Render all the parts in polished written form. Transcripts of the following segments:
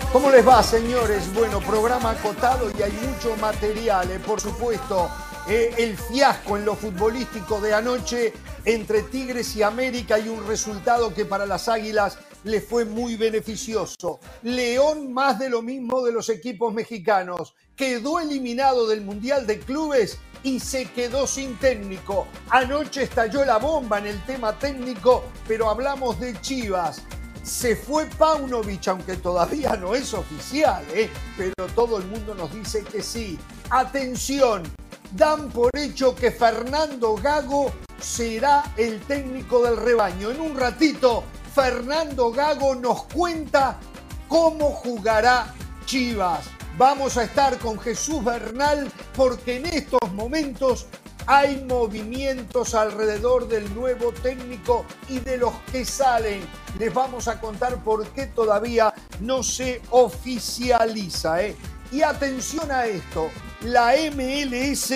¿Cómo les va, señores? Bueno, programa acotado y hay mucho material, por supuesto. El fiasco en lo futbolístico de anoche entre Tigres y América y un resultado que para las Águilas le fue muy beneficioso. León, más de lo mismo de los equipos mexicanos. Quedó eliminado del Mundial de Clubes y se quedó sin técnico. Anoche estalló la bomba en el tema técnico, pero hablamos de Chivas. Se fue Paunovic, aunque todavía no es oficial, pero todo el mundo nos dice que sí. Atención, dan por hecho que Fernando Gago será el técnico del rebaño. En un ratito, Fernando Gago nos cuenta cómo jugará Chivas. Vamos a estar con Jesús Bernal porque en estos momentos hay movimientos alrededor del nuevo técnico y de los que salen. Les vamos a contar por qué todavía no se oficializa. Y atención a esto, la MLS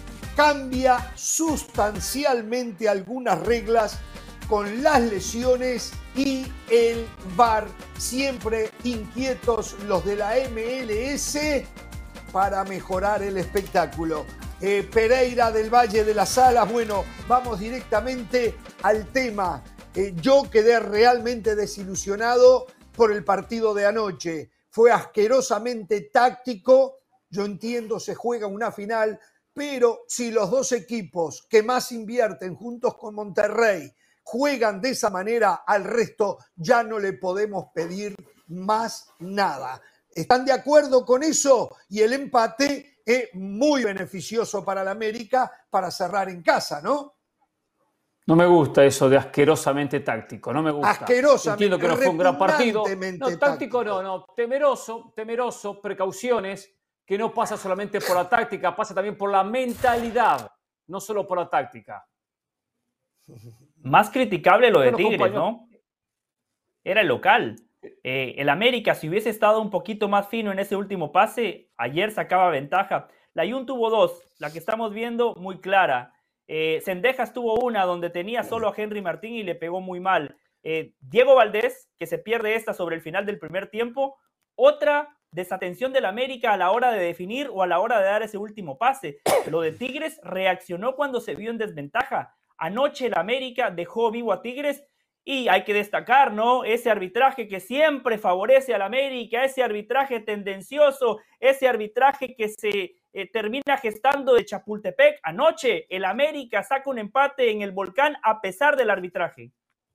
cambia sustancialmente algunas reglas con las lesiones y el VAR. Siempre inquietos los de la MLS para mejorar el espectáculo. Pereira del Valle de las Alas, bueno, vamos directamente al tema. Yo quedé realmente desilusionado por el partido de anoche. Fue asquerosamente táctico. Yo entiendo, se juega una final, pero si los dos equipos que más invierten juntos con Monterrey juegan de esa manera, al resto ya no le podemos pedir más nada. ¿Están de acuerdo con eso? Y el empate es muy beneficioso para la América para cerrar en casa, ¿no? No me gusta eso de asquerosamente táctico, no me gusta. Asquerosamente, entiendo que no fue un gran partido. No, táctico no, temeroso, precauciones, que no pasa solamente por la táctica, pasa también por la mentalidad, no solo por la táctica. Más criticable lo de Tigres, ¿no? Era el local. El América, si hubiese estado un poquito más fino en ese último pase, ayer sacaba ventaja. La Jun tuvo dos, la que estamos viendo muy clara. Cendejas tuvo una donde tenía solo a Henry Martín y le pegó muy mal. Diego Valdés, que se pierde esta sobre el final del primer tiempo. Otra desatención del América a la hora de definir o a la hora de dar ese último pase. Lo de Tigres reaccionó cuando se vio en desventaja. Anoche el América dejó vivo a Tigres. Y hay que destacar, ¿no? Ese arbitraje que siempre favorece al América, ese arbitraje tendencioso, ese arbitraje que se termina gestando de Chapultepec. Anoche el América saca un empate en el Volcán a pesar del arbitraje.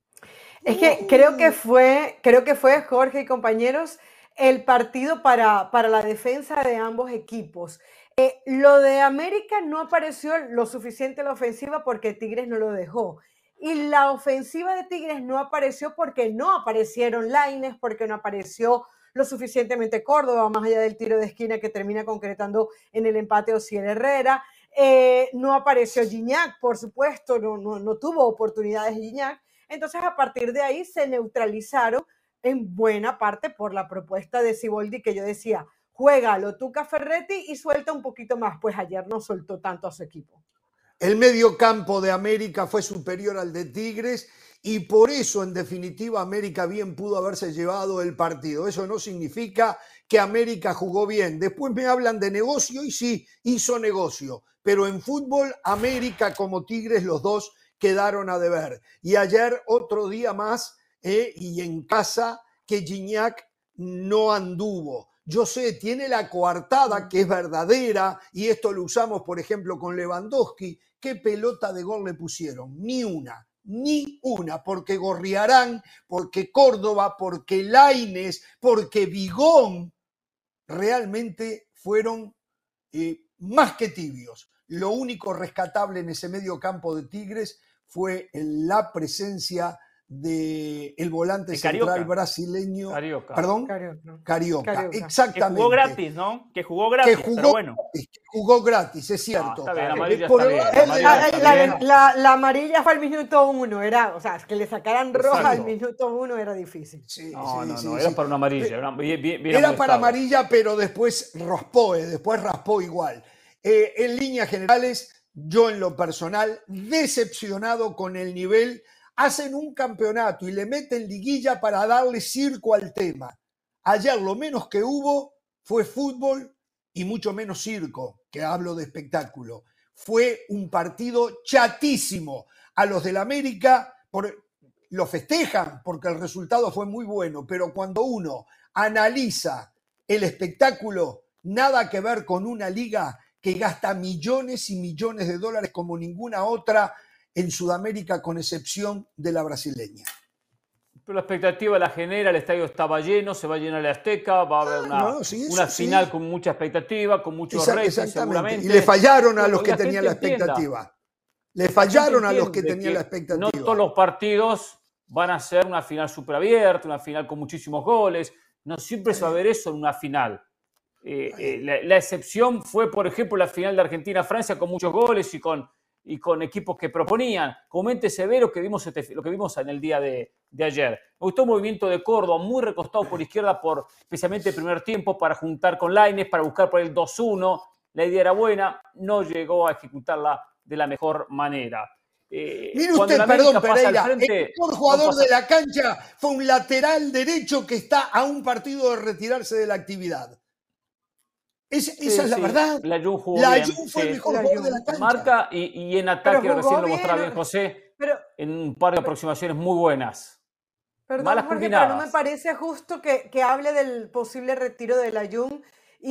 Es que creo que fue, Jorge y compañeros, el partido para la defensa de ambos equipos. Lo de América no apareció lo suficiente en la ofensiva porque Tigres no lo dejó. Y la ofensiva de Tigres no apareció porque no aparecieron Lainez, porque no apareció lo suficientemente Córdoba, más allá del tiro de esquina que termina concretando en el empate Osiel Herrera. No apareció Gignac, por supuesto, no tuvo oportunidades Gignac. Entonces, a partir de ahí se neutralizaron en buena parte por la propuesta de Siboldi, que yo decía, juégalo Tuca Ferretti y suelta un poquito más. Pues ayer no soltó tanto a su equipo. El medio campo de América fue superior al de Tigres y por eso, en definitiva, América bien pudo haberse llevado el partido. Eso no significa que América jugó bien. Después me hablan de negocio y sí, hizo negocio. Pero en fútbol, América como Tigres, los dos quedaron a deber. Y ayer, otro día más, y en casa, que Gignac no anduvo. Yo sé, tiene la coartada que es verdadera y esto lo usamos, por ejemplo, con Lewandowski. ¿Qué pelota de gol le pusieron? Ni una, porque Gorriarán, porque Córdoba, porque Lainez, porque Vigón realmente fueron más que tibios. Lo único rescatable en ese medio campo de Tigres fue la presencia del volante central brasileño. Carioca. Exactamente. Que jugó gratis, ¿no? Que jugó gratis, pero bueno. Jugó gratis, es cierto. Está bien, la amarilla está bien. La amarilla fue al minuto 1, era, o sea, que le sacaran roja al minuto 1 era difícil. No, era para una amarilla. Era para amarilla, pero después raspó igual. En líneas generales, yo en lo personal, decepcionado con el nivel. Hacen un campeonato y le meten liguilla para darle circo al tema. Ayer lo menos que hubo fue fútbol y mucho menos circo, que hablo de espectáculo. Fue un partido chatísimo. A los del América lo festejan porque el resultado fue muy bueno, pero cuando uno analiza el espectáculo, nada que ver con una liga que gasta millones y millones de dólares como ninguna otra en Sudamérica, con excepción de la brasileña. Pero la expectativa la genera, el estadio estaba lleno, se va a llenar el Azteca, va a haber una final con mucha expectativa, con muchos rating seguramente. Y le fallaron a los que tenían la expectativa. Le fallaron a los que tenían la expectativa. No todos los partidos van a ser una final súper abierta, una final con muchísimos goles. No siempre se va a ver eso en una final. La excepción fue, por ejemplo, la final de Argentina-Francia con muchos goles y con equipos que proponían. Coméntese ver lo que vimos en el día de ayer. Me gustó el movimiento de Córdoba, muy recostado por izquierda, especialmente el primer tiempo, para juntar con Lainez, para buscar por el 2-1. La idea era buena, no llegó a ejecutarla de la mejor manera. Mire usted, perdón, Pereira, el mejor jugador de la cancha fue un lateral derecho que está a un partido de retirarse de la actividad. Esa es la verdad. Layún jugó bien. Layún fue el mejor jugador de la cancha. Marca y en ataque recién lo mostraba bien José, en un par de aproximaciones muy buenas. Perdón, malas Jorge, combinadas. pero no me parece justo que hable del posible retiro de Layún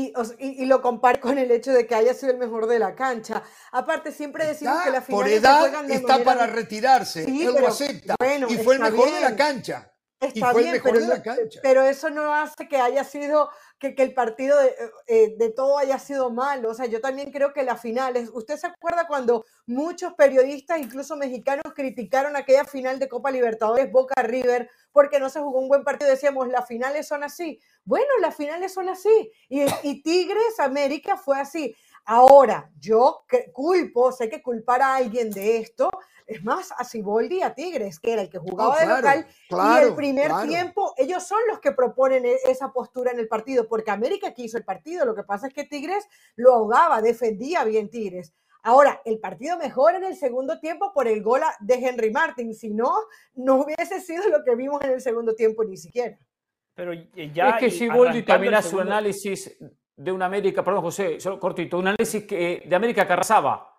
y lo compare con el hecho de que haya sido el mejor de la cancha. Aparte, siempre decimos que la final por edad está para retirarse. Sí, él lo acepta. Bueno, y fue el mejor bien. de la cancha. Está bien, pero eso no hace que haya sido, que el partido de todo haya sido malo. O sea, yo también creo que las finales, ¿usted se acuerda cuando muchos periodistas, incluso mexicanos, criticaron aquella final de Copa Libertadores Boca River porque no se jugó un buen partido? Decíamos, las finales son así. Bueno, las finales son así. Y Tigres América fue así. Ahora, yo sé que culpar a alguien de esto, es más, a Siboldi y a Tigres, que era el que jugaba de local, y el primer tiempo, ellos son los que proponen esa postura en el partido, porque América quiso el partido, lo que pasa es que Tigres lo ahogaba, defendía bien Tigres. Ahora, el partido mejora en el segundo tiempo por el gol de Henry Martin, si no, no hubiese sido lo que vimos en el segundo tiempo ni siquiera. Pero ya es que Siboldi también hace un análisis de una América, perdón José, solo cortito, un análisis de América que arrasaba.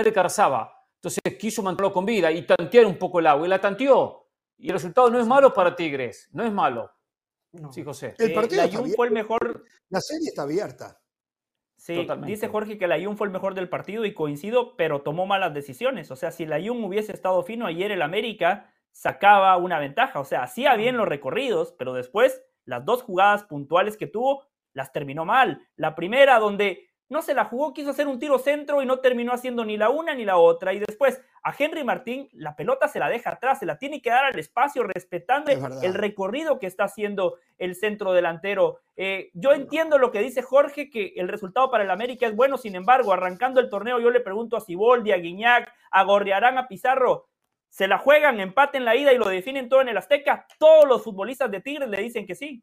Entonces quiso mantenerlo con vida y tantear un poco el agua. Y la tanteó. Y el resultado no es malo para Tigres. No es malo. No. Sí, José. El partido fue el mejor. La serie está abierta. Sí, totalmente. Dice Jorge que Layún fue el mejor del partido y coincido, pero tomó malas decisiones. O sea, si Layún hubiese estado fino ayer, el América sacaba una ventaja. O sea, hacía bien los recorridos, pero después las dos jugadas puntuales que tuvo las terminó mal. La primera, donde no se la jugó, quiso hacer un tiro centro y no terminó haciendo ni la una ni la otra. Y después a Henry Martín la pelota se la deja atrás, se la tiene que dar al espacio, respetando el recorrido que está haciendo el centro delantero. Yo entiendo lo que dice Jorge, que el resultado para el América es bueno. Sin embargo, arrancando el torneo, yo le pregunto a Siboldi, a Guiñac, a Gorriarán, a Pizarro, ¿se la juegan, empate en la ida y lo definen todo en el Azteca? Todos los futbolistas de Tigres le dicen que sí.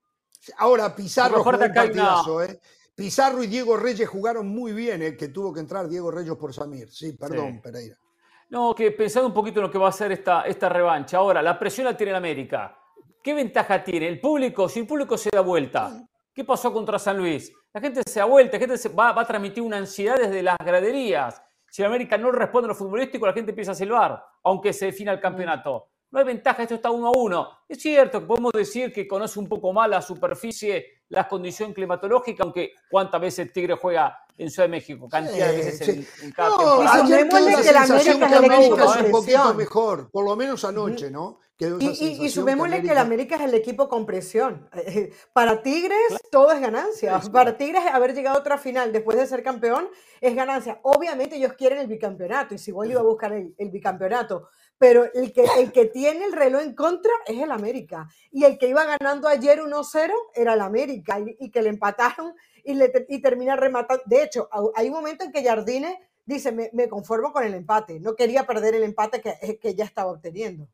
Ahora Pizarro jugó un partidazo, Pizarro y Diego Reyes jugaron muy bien, que tuvo que entrar Diego Reyes por Samir. Sí, perdón, Pereira. No, que pensando un poquito en lo que va a ser esta revancha. Ahora, la presión la tiene el América. ¿Qué ventaja tiene? El público, si el público se da vuelta. ¿Qué pasó contra San Luis? La gente se da vuelta, la gente va a transmitir una ansiedad desde las graderías. Si el América no responde a lo futbolístico, la gente empieza a silbar, aunque se defina el campeonato. No hay ventaja, esto está 1-1. Es cierto que podemos decir que conoce un poco más la superficie, la condición climatológica, aunque cuántas veces Tigre juega en Ciudad de México, cantidad de veces en cada temporada. Ayer quedó la sensación que América es un poquito mejor, por lo menos anoche, ¿no? Y sumémosle que el América es el equipo con presión. Para Tigres todo es ganancia. Para Tigres haber llegado a otra final después de ser campeón es ganancia. Obviamente ellos quieren el bicampeonato y Siboldi va a buscar el bicampeonato. Pero el que tiene el reloj en contra es el América. Y el que iba ganando ayer 1-0 era el América. Y que le empataron y termina rematando. De hecho, hay un momento en que Jardine dice, me conformo con el empate. No quería perder el empate que ya estaba obteniendo.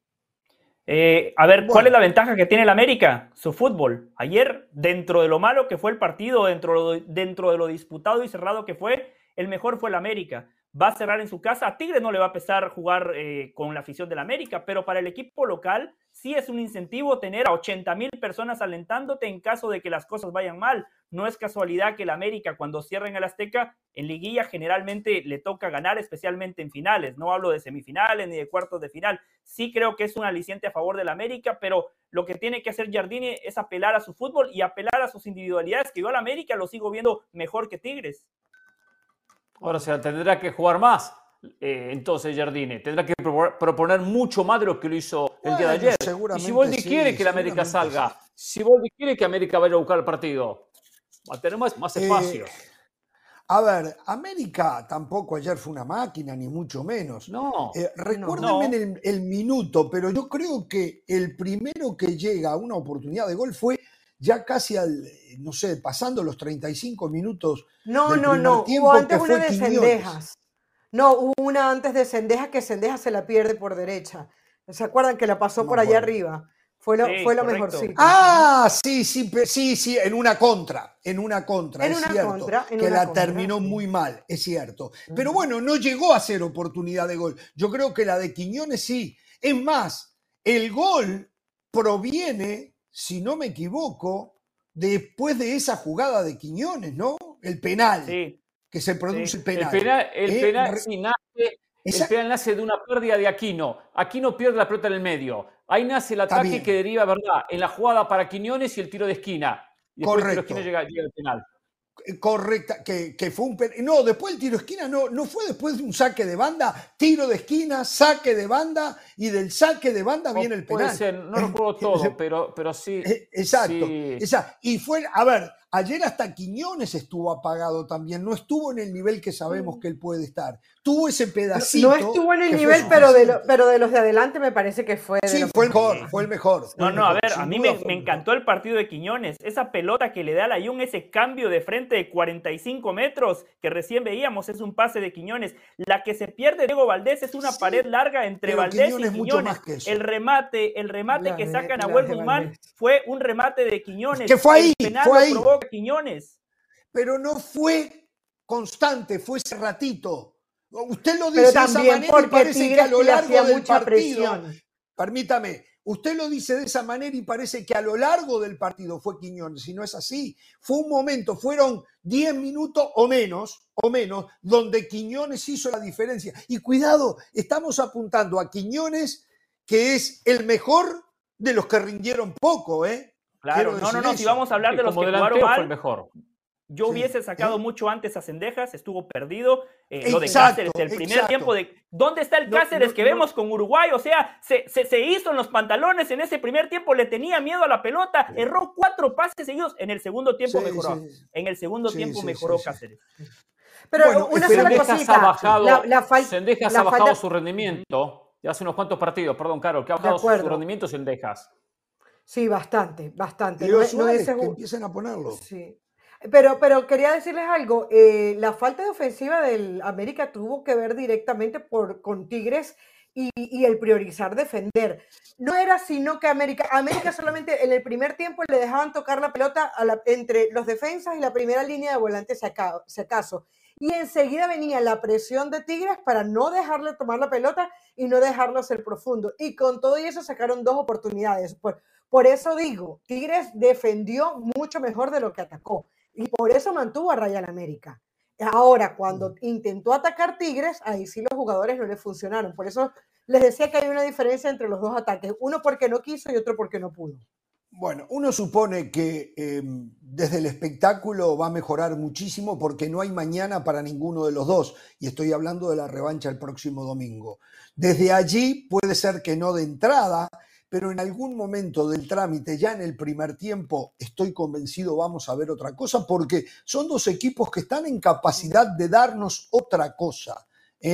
¿Cuál es la ventaja que tiene el América? Su fútbol. Ayer, dentro de lo malo que fue el partido, dentro de lo disputado y cerrado que fue, el mejor fue el América. va a cerrar en su casa. A Tigres no le va a pesar jugar con la afición del América, pero para el equipo local sí es un incentivo tener a 80,000 personas alentándote en caso de que las cosas vayan mal. No es casualidad que el América, cuando cierren el Azteca, en liguilla generalmente le toca ganar, especialmente en finales. No hablo de semifinales ni de cuartos de final. Sí creo que es un aliciente a favor del América, pero lo que tiene que hacer Jardine es apelar a su fútbol y apelar a sus individualidades, que yo al América lo sigo viendo mejor que Tigres. Ahora se tendrá que jugar más. Entonces Jardine tendrá que proponer mucho más de lo que lo hizo el día de ayer. Y si Boldi quiere que la América salga, si Boldi quiere que América vaya a buscar el partido, va a tener más espacios. A ver, América tampoco ayer fue una máquina, ni mucho menos. No. Recuérdenme el minuto, pero yo creo que el primero que llega a una oportunidad de gol fue ya casi no sé, pasando los 35 minutos. No, tiempo, hubo antes que una fue de Cendejas. No, hubo una antes de Cendejas, que Cendejas se la pierde por derecha. ¿Se acuerdan que la pasó por allá arriba? Fue lo mejorcito. Ah, sí, en una contra, es cierto, que la terminó muy mal, es cierto. Pero bueno, no llegó a ser oportunidad de gol. Yo creo que la de Quiñones sí. Es más, el gol proviene, si no me equivoco, después de esa jugada de Quiñones, ¿no? El penal. Sí. Que se produce el penal. El penal sí nace. El penal nace de una pérdida de Aquino. Aquino pierde la pelota en el medio. Ahí nace el ataque que deriva, ¿verdad?, en la jugada para Quiñones y el tiro de esquina. Y después el tiro de esquina llega al penal. Correcta, que fue un penal. No, después el tiro de esquina no fue después de un saque de banda, tiro de esquina, saque de banda, y del saque de banda viene el penal. Puede ser, no recuerdo todo, pero sí. Exacto. Sí. Y fue, a ver, ayer hasta Quiñones estuvo apagado también, no estuvo en el nivel que sabemos que él puede estar. Tuvo ese pedacito. No estuvo en el nivel, pero de los de adelante me parece que fue. Sí, fue el mejor. A ver, a mí me encantó el partido de Quiñones. Esa pelota que le da a Layún, ese cambio de frente de 45 metros que recién veíamos, es un pase de Quiñones. La que se pierde Diego Valdés es una pared larga entre Valdés y Quiñones. El remate que sacan a Nahuel Guzmán fue un remate de Quiñones. Que fue ahí, el penal fue ahí. Lo provoca Quiñones. Pero no fue constante, fue ese ratito. Usted lo pero dice de esa manera y parece que a lo largo del partido, permítame, usted lo dice de esa manera y parece que a lo largo del partido fue Quiñones, y no es así. Fue un momento, fueron 10 minutos o menos, donde Quiñones hizo la diferencia. Y cuidado, estamos apuntando a Quiñones, que es el mejor de los que rindieron poco, ¿eh? Claro, no, si vamos a hablar de los que jugaron mal, fue el mejor. Yo hubiese sacado mucho antes a Cendejas, estuvo perdido. Lo de Cáceres, el primer tiempo de... ¿Dónde está el Cáceres que vemos con Uruguay? O sea, se hizo en los pantalones en ese primer tiempo, le tenía miedo a la pelota, erró 4 pases seguidos. En el segundo tiempo mejoró. En el segundo tiempo mejoró Cáceres. Pero bueno, una sola cosita. Cendejas ha bajado su rendimiento de hace unos cuantos partidos, perdón, Carol, que ha bajado su rendimiento Cendejas. Sí, bastante. Que empiecen a ponerlo. Sí. Pero quería decirles algo, la falta de ofensiva del América tuvo que ver directamente con Tigres y el priorizar defender. No era sino que América solamente en el primer tiempo le dejaban tocar la pelota entre los defensas y la primera línea de volantes si acaso. Y enseguida venía la presión de Tigres para no dejarle tomar la pelota y no dejarlo hacer profundo. Y con todo eso sacaron 2 oportunidades. Por eso digo, Tigres defendió mucho mejor de lo que atacó. Y por eso mantuvo a raya al América. Ahora, cuando intentó atacar Tigres, ahí sí los jugadores no le funcionaron. Por eso les decía que hay una diferencia entre los 2 ataques. Uno porque no quiso y otro porque no pudo. Bueno, uno supone que desde el espectáculo va a mejorar muchísimo porque no hay mañana para ninguno de los dos. Y estoy hablando de la revancha el próximo domingo. Desde allí puede ser que no de entrada, pero en algún momento del trámite, ya en el primer tiempo, estoy convencido vamos a ver otra cosa, porque son 2 equipos que están en capacidad de darnos otra cosa,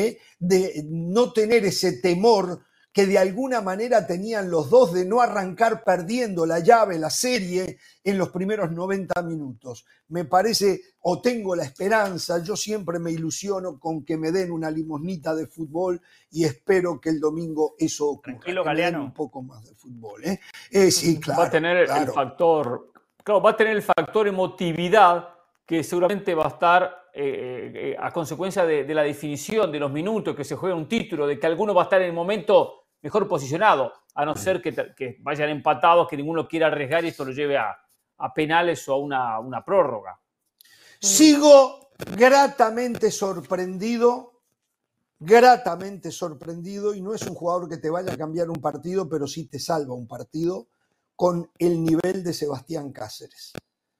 de no tener ese temor que de alguna manera tenían los dos de no arrancar perdiendo la llave, la serie, en los primeros 90 minutos. Me parece, o tengo la esperanza, yo siempre me ilusiono con que me den una limosnita de fútbol y espero que el domingo eso ocurra. Tranquilo, Galeano. Un poco más de fútbol. Sí, claro. Va a tener el factor, va a tener el factor emotividad que seguramente va a estar a consecuencia de la definición, de los minutos que se juega un título, de que alguno va a estar en el momento mejor posicionado, a no ser que vayan empatados, que ninguno quiera arriesgar y esto lo lleve a penales o a una prórroga. Sigo gratamente sorprendido, y no es un jugador que te vaya a cambiar un partido, pero sí te salva un partido, con el nivel de Sebastián Cáceres.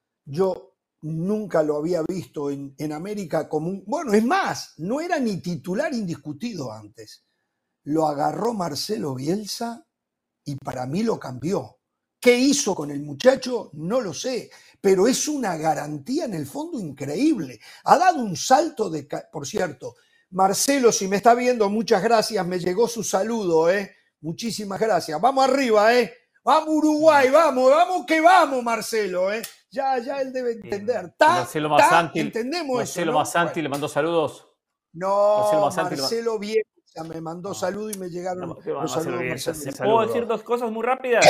Yo nunca lo había visto en América como un... Bueno, es más, no era ni titular indiscutido antes. Lo agarró Marcelo Bielsa y para mí lo cambió. ¿Qué hizo con el muchacho? No lo sé, pero es una garantía en el fondo increíble. Ha dado un salto de... Por cierto, Marcelo, si me está viendo, muchas gracias, me llegó su saludo, muchísimas gracias. Vamos arriba, vamos Uruguay, vamos que vamos, Marcelo, Ya él debe entender. Marcelo Massanti, entendemos Marcelo eso, ¿no? Massanti Bueno. Le mandó saludos. No, Marcelo Bielsa me mandó saludos y me llegaron los saludos. ¿Le puedo decir dos cosas muy rápidas?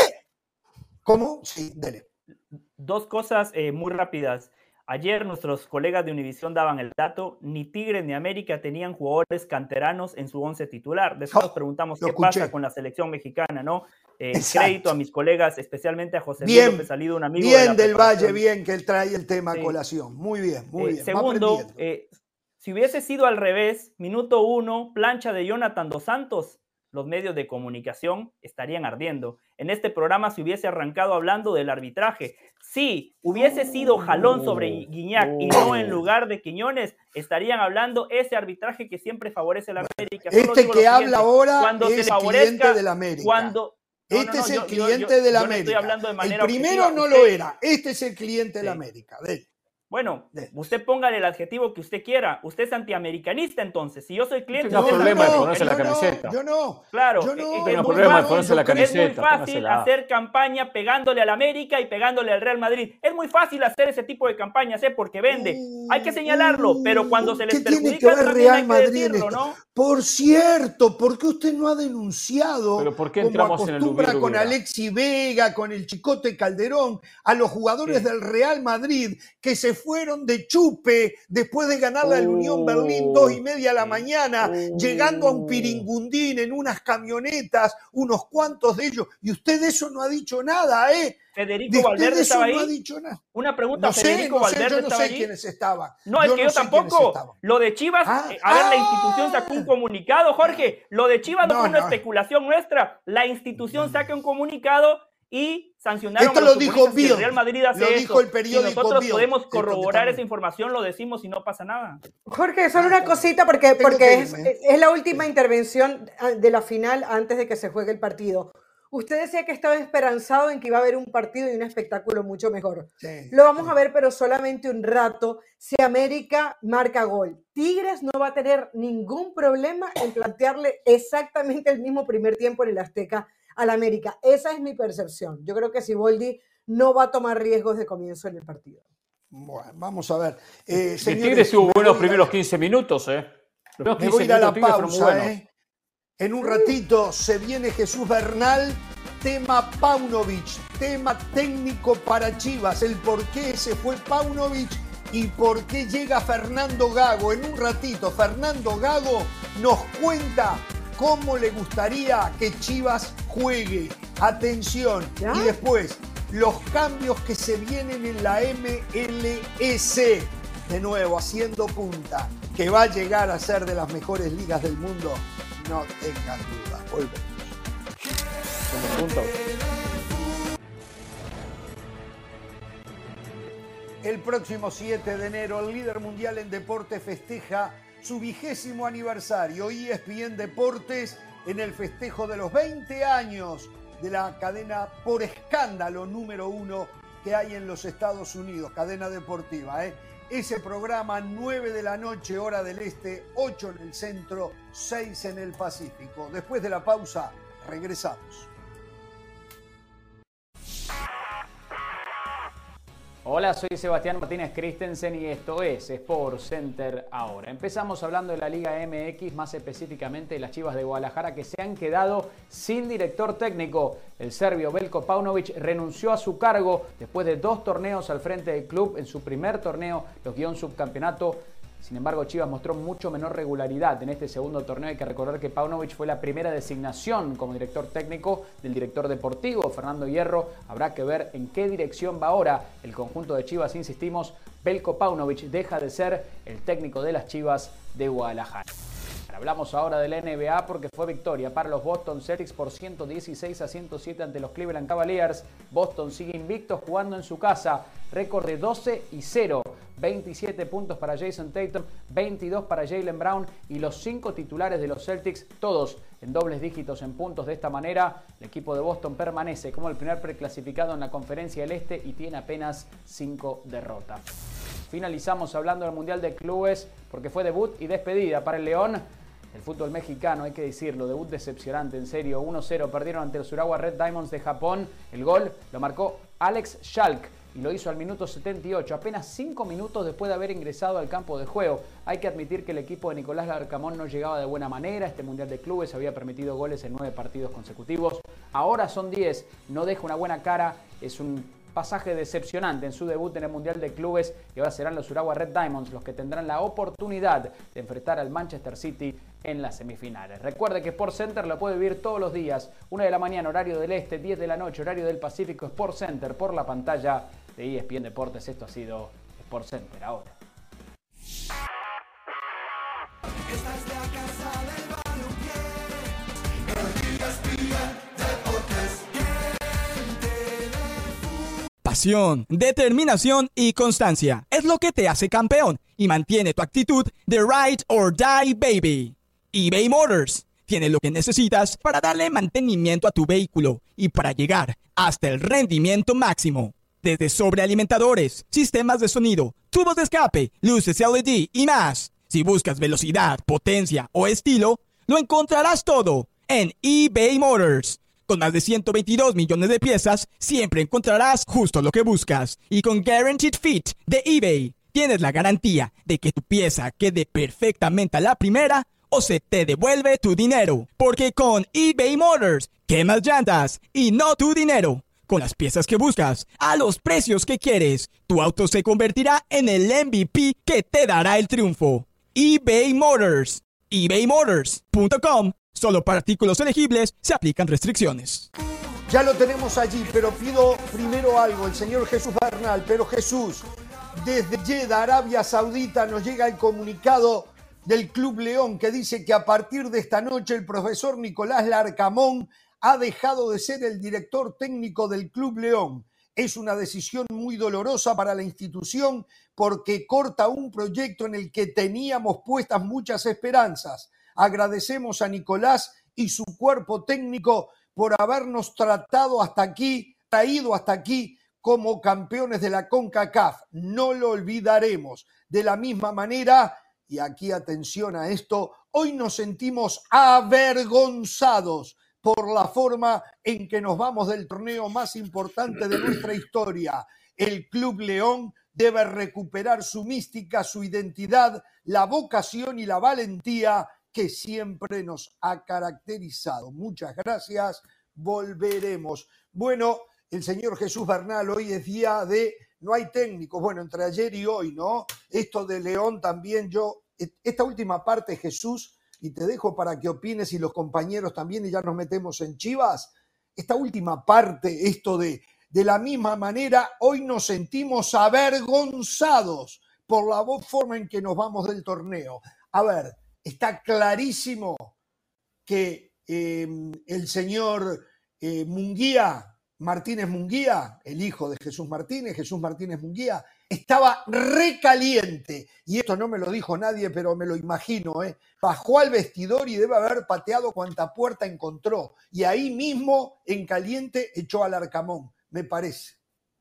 ¿Cómo? Sí, dale. Dos cosas muy rápidas. Ayer nuestros colegas de Univisión daban el dato, ni Tigres ni América tenían jugadores canteranos en su 11 titular. Después nos preguntamos qué pasa con la selección mexicana, ¿no? Crédito a mis colegas, especialmente a José Miguel López Salido, un amigo bien del Valle, bien que él trae el tema a colación. Muy bien. Segundo, si hubiese sido al revés, minuto 1, plancha de Jonathan Dos Santos, los medios de comunicación estarían ardiendo. En este programa se hubiese arrancado hablando del arbitraje. Si hubiese sido jalón sobre Guiñac y no en lugar de Quiñones, estarían hablando ese arbitraje que siempre favorece a la América. Este que habla ahora es el cliente de la América. Este es el cliente de la América. El primero no lo era. Este es el cliente de la América. Bueno, usted póngale el adjetivo que usted quiera. Usted es antiamericanista, entonces. Si yo soy cliente... No hay problema de ponerse la camiseta. Yo no. Claro. Es muy fácil hacer campaña pegándole al América y pegándole al Real Madrid. Es muy fácil hacer ese tipo de campañas, porque vende. Hay que señalarlo, pero cuando se les perjudica también hay que decirlo, ¿no? Por cierto, ¿por qué usted no ha denunciado, ¿pero por qué entramos como en el acostumbra con Alexis Vega, con el Chicote Calderón, a los jugadores del Real Madrid que se fueron de chupe después de ganarle al Unión Berlín 2:30 de la mañana, llegando a un piringundín en unas camionetas, unos cuantos de ellos, y usted de eso no ha dicho nada, Federico Valverde estaba ahí. No ha dicho nada. Una pregunta, no Federico Valverde yo no estaba sé quiénes estaban. No, es que yo tampoco. Lo de Chivas, la institución sacó un comunicado, Jorge. Lo de Chivas no fue una especulación nuestra. La institución saca un comunicado y sancionaron a los futbolistas que el Real Madrid hace eso. Dijo el periódico si nosotros Bill, podemos corroborar esa información, lo decimos y no pasa nada. Jorge, solo una cosita porque es la última intervención de la final antes de que se juegue el partido. Usted decía que estaba esperanzado en que iba a haber un partido y un espectáculo mucho mejor. Sí, lo vamos a ver, pero solamente un rato, si América marca gol. Tigres no va a tener ningún problema en plantearle exactamente el mismo primer tiempo en el Azteca al América. Esa es mi percepción. Yo creo que Siboldi no va a tomar riesgos de comienzo en el partido. Bueno, vamos a ver. Tigres tuvo buenos primeros 15 minutos, Los 15 me voy a ir a la pausa, En un ratito se viene Jesús Bernal, tema Paunovic, tema técnico para Chivas, el por qué se fue Paunovic y por qué llega Fernando Gago. En un ratito Fernando Gago nos cuenta cómo le gustaría que Chivas juegue. Atención. ¿Ya? Y después los cambios que se vienen en la MLS. De nuevo, haciendo punta, que va a llegar a ser de las mejores ligas del mundo. No tengan duda, volvemos. El próximo 7 de enero, el líder mundial en deporte festeja su 20º aniversario. ESPN Deportes en el festejo de los 20 años de la cadena por escándalo número 1 que hay en los Estados Unidos, cadena deportiva, Ese programa, 9 de la noche, hora del este, 8 en el centro, 6 en el Pacífico. Después de la pausa, regresamos. Hola, soy Sebastián Martínez Christensen y esto es Sport Center ahora. Empezamos hablando de la Liga MX, más específicamente de las Chivas de Guadalajara, que se han quedado sin director técnico. El serbio Veljko Paunovic renunció a su cargo después de 2 torneos al frente del club. En su primer torneo los guió en subcampeonato Sin embargo, Chivas mostró mucho menor regularidad en este segundo torneo. Hay que recordar que Paunovic fue la primera designación como director técnico del director deportivo, Fernando Hierro. Habrá que ver en qué dirección va ahora el conjunto de Chivas. Insistimos, Veljko Paunovic deja de ser el técnico de las Chivas de Guadalajara. Hablamos ahora de la NBA porque fue victoria para los Boston Celtics por 116-107 ante los Cleveland Cavaliers. Boston sigue invicto jugando en su casa, récord de 12-0. 27 puntos para Jason Tatum, 22 para Jaylen Brown y los 5 titulares de los Celtics, todos en dobles dígitos en puntos. De esta manera, el equipo de Boston permanece como el primer preclasificado en la Conferencia del Este y tiene apenas 5 derrotas. Finalizamos hablando del Mundial de Clubes porque fue debut y despedida para el León. El fútbol mexicano, hay que decirlo, debut decepcionante, en serio. 1-0 perdieron ante los Urawa Red Diamonds de Japón. El gol lo marcó Alex Schalk y lo hizo al minuto 78, apenas 5 minutos después de haber ingresado al campo de juego. Hay que admitir que el equipo de Nicolás Larcamón no llegaba de buena manera. Este Mundial de Clubes había permitido goles en 9 partidos consecutivos. Ahora son 10, no deja una buena cara, es un pasaje decepcionante en su debut en el Mundial de Clubes y ahora serán los Urawa Red Diamonds los que tendrán la oportunidad de enfrentar al Manchester City en las semifinales. Recuerde que Sport Center lo puede vivir todos los días, 1 de la mañana horario del Este, 10 de la noche horario del Pacífico. Sport Center por la pantalla de ESPN Deportes. Esto ha sido Sport Center ahora. Pasión, determinación y constancia es lo que te hace campeón y mantiene tu actitud de ride or die, baby. eBay Motors tiene lo que necesitas para darle mantenimiento a tu vehículo y para llegar hasta el rendimiento máximo. Desde sobrealimentadores, sistemas de sonido, tubos de escape, luces LED y más. Si buscas velocidad, potencia o estilo, lo encontrarás todo en eBay Motors. Con más de 122 millones de piezas, siempre encontrarás justo lo que buscas. Y con Guaranteed Fit de eBay, tienes la garantía de que tu pieza quede perfectamente a la primera o se te devuelve tu dinero. Porque con eBay Motors, quemas llantas y no tu dinero. Con las piezas que buscas, a los precios que quieres, tu auto se convertirá en el MVP que te dará el triunfo. eBay Motors. ebaymotors.com. Solo para artículos elegibles se aplican restricciones. Ya lo tenemos allí, pero pido primero algo, el señor Jesús Bernal. Pero Jesús, desde Jeddah, Arabia Saudita, nos llega el comunicado del Club León que dice que a partir de esta noche el profesor Nicolás Larcamón ha dejado de ser el director técnico del Club León. Es una decisión muy dolorosa para la institución porque corta un proyecto en el que teníamos puestas muchas esperanzas. Agradecemos a Nicolás y su cuerpo técnico por habernos traído hasta aquí como campeones de la CONCACAF. No lo olvidaremos. De la misma manera, y aquí atención a esto, hoy nos sentimos avergonzados por la forma en que nos vamos del torneo más importante de nuestra historia. El Club León debe recuperar su mística, su identidad, la vocación y la valentía que siempre nos ha caracterizado. Muchas gracias, volveremos. Bueno, el señor Jesús Bernal, hoy es día de no hay técnicos. Bueno, entre ayer y hoy, ¿no? Esto de León también esta última parte, Jesús, y te dejo para que opines y los compañeros también, y ya nos metemos en Chivas. Esta última parte, esto de la misma manera, hoy nos sentimos avergonzados por la forma en que nos vamos del torneo. A ver, está clarísimo que el señor Martínez Munguía, el hijo de Jesús Martínez Munguía, estaba recaliente. Y esto no me lo dijo nadie, pero me lo imagino. Bajó al vestidor y debe haber pateado cuanta puerta encontró. Y ahí mismo, en caliente, echó al Larcamón, me parece.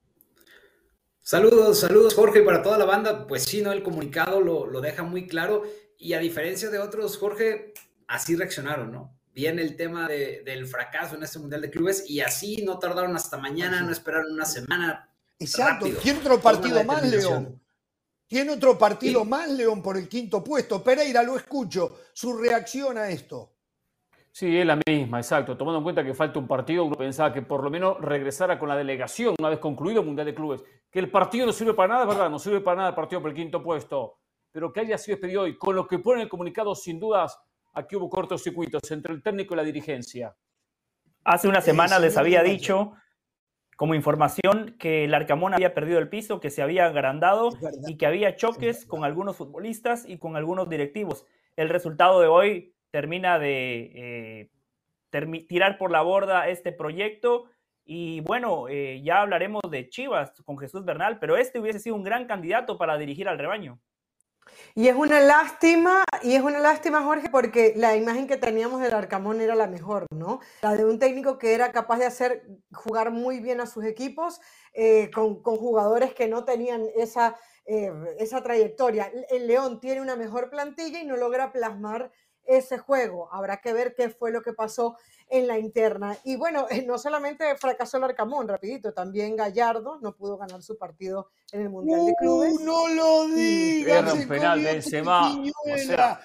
Saludos Jorge, para toda la banda. Pues sí, ¿no? El comunicado lo deja muy claro. Y a diferencia de otros, Jorge, así reaccionaron, ¿no? Bien el tema del fracaso en este Mundial de Clubes y así no tardaron hasta mañana, no esperaron una semana. Exacto. Rápido. ¿Tiene otro partido más, León? ¿Tiene otro partido más, León, por el quinto puesto? Pereira, lo escucho. Su reacción a esto. Sí, es la misma, exacto. Tomando en cuenta que falta un partido, uno pensaba que por lo menos regresara con la delegación una vez concluido el Mundial de Clubes. Que el partido no sirve para nada, ¿verdad? No sirve para nada el partido por el quinto puesto. pero que haya sido despedido hoy, con lo que pone en el comunicado, sin dudas, aquí hubo cortocircuitos entre el técnico y la dirigencia. Hace una semana les había dicho, como información, que el Arcamón había perdido el piso, que se había agrandado y que había choques con algunos futbolistas y con algunos directivos. El resultado de hoy termina de tirar por la borda este proyecto y bueno, ya hablaremos de Chivas con Jesús Bernal, pero este hubiese sido un gran candidato para dirigir al rebaño. Y es una lástima, Jorge, porque la imagen que teníamos del Arcamón era la mejor, ¿no? La de un técnico que era capaz de hacer jugar muy bien a sus equipos con jugadores que no tenían esa trayectoria. El León tiene una mejor plantilla y no logra plasmar ese juego. Habrá que ver qué fue lo que pasó en la interna. Y bueno, no solamente fracasó el Arcamón, rapidito, también Gallardo no pudo ganar su partido en el Mundial de Clubes. No lo digas. Era un penal de Benzema. O sea,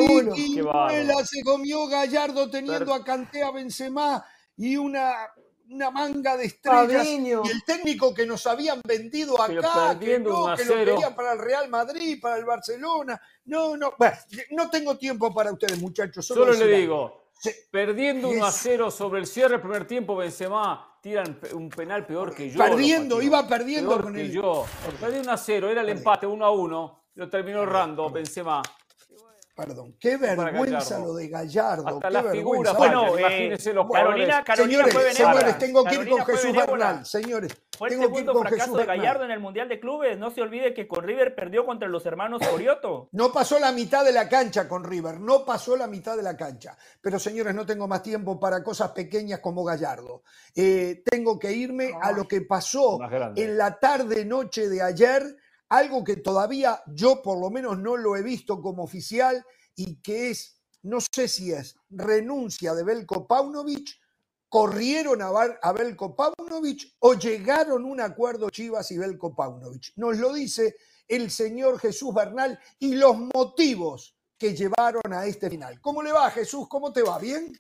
3-1. Se comió Gallardo teniendo a Kanté, a Benzema y una manga de estrellas. Fabinho. Y el técnico que nos habían vendido acá, que lo querían para el Real Madrid, para el Barcelona. No. Bueno, no tengo tiempo para ustedes, muchachos. Solo le digo, perdiendo 1-0 sobre el cierre del primer tiempo, Benzema tiran un penal peor que yo. Iba perdiendo peor con que el... yo. Perdí 1-0, era el empate 1-1. Lo terminó errando Benzema. Perdón, qué vergüenza lo de Gallardo. Hasta qué la vergüenza. figura, bueno, imagínense los Carolina señores, tengo que ir con Jesús Bernal. Señores, fue el segundo fracaso de Gallardo en el Mundial de Clubes. No se olvide que con River perdió contra los hermanos Corioto. No pasó la mitad de la cancha con River, no pasó la mitad de la cancha. Pero señores, no tengo más tiempo para cosas pequeñas como Gallardo. Tengo que irme a lo que pasó en la tarde-noche de ayer, algo que todavía yo por lo menos no lo he visto como oficial y que es, no sé si es renuncia de Veljko Paunovic, corrieron a Veljko Paunovic o llegaron a un acuerdo Chivas y Veljko Paunovic. Nos lo dice el señor Jesús Bernal y los motivos que llevaron a este final. ¿Cómo le va, Jesús? ¿Cómo te va? ¿Bien?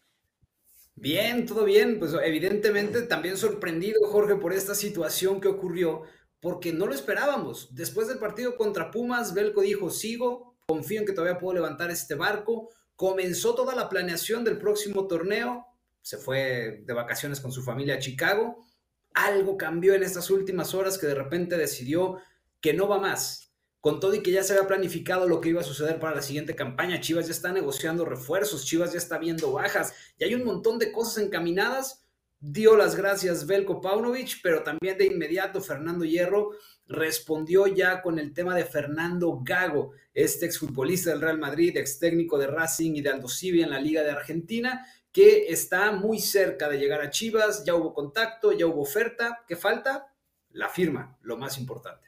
Bien, todo bien. Pues evidentemente también sorprendido, Jorge, por esta situación que ocurrió, porque no lo esperábamos. Después del partido contra Pumas, Veljko dijo, sigo, confío en que todavía puedo levantar este barco. Comenzó toda la planeación del próximo torneo, se fue de vacaciones con su familia a Chicago. Algo cambió en estas últimas horas que de repente decidió que no va más. Con todo y que ya se había planificado lo que iba a suceder para la siguiente campaña, Chivas ya está negociando refuerzos, Chivas ya está viendo bajas, y hay un montón de cosas encaminadas. Dio las gracias Veljko Paunovic, pero también de inmediato Fernando Hierro respondió ya con el tema de Fernando Gago, este exfutbolista del Real Madrid, ex técnico de Racing y de Aldosivi en la Liga de Argentina, que está muy cerca de llegar a Chivas. Ya hubo contacto, ya hubo oferta. ¿Qué falta? La firma, lo más importante.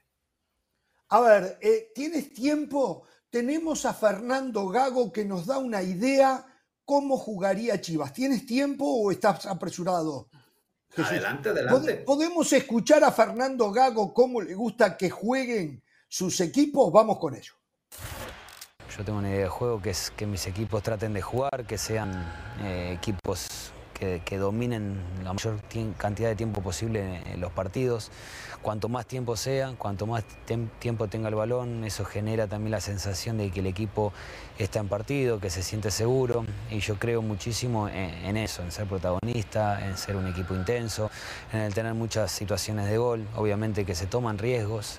A ver, ¿tienes tiempo? Tenemos a Fernando Gago que nos da una idea cómo jugaría Chivas. ¿Tienes tiempo o estás apresurado? Jesús. Adelante. ¿Podemos escuchar a Fernando Gago cómo le gusta que jueguen sus equipos? Vamos con ello. Yo tengo una idea de juego que es que mis equipos traten de jugar, que sean equipos que dominen la mayor cantidad de tiempo posible en los partidos. Cuanto más tiempo sea, cuanto más tiempo tenga el balón, eso genera también la sensación de que el equipo está en partido, que se siente seguro. Y yo creo muchísimo en eso, en ser protagonista, en ser un equipo intenso, en el tener muchas situaciones de gol. Obviamente que se toman riesgos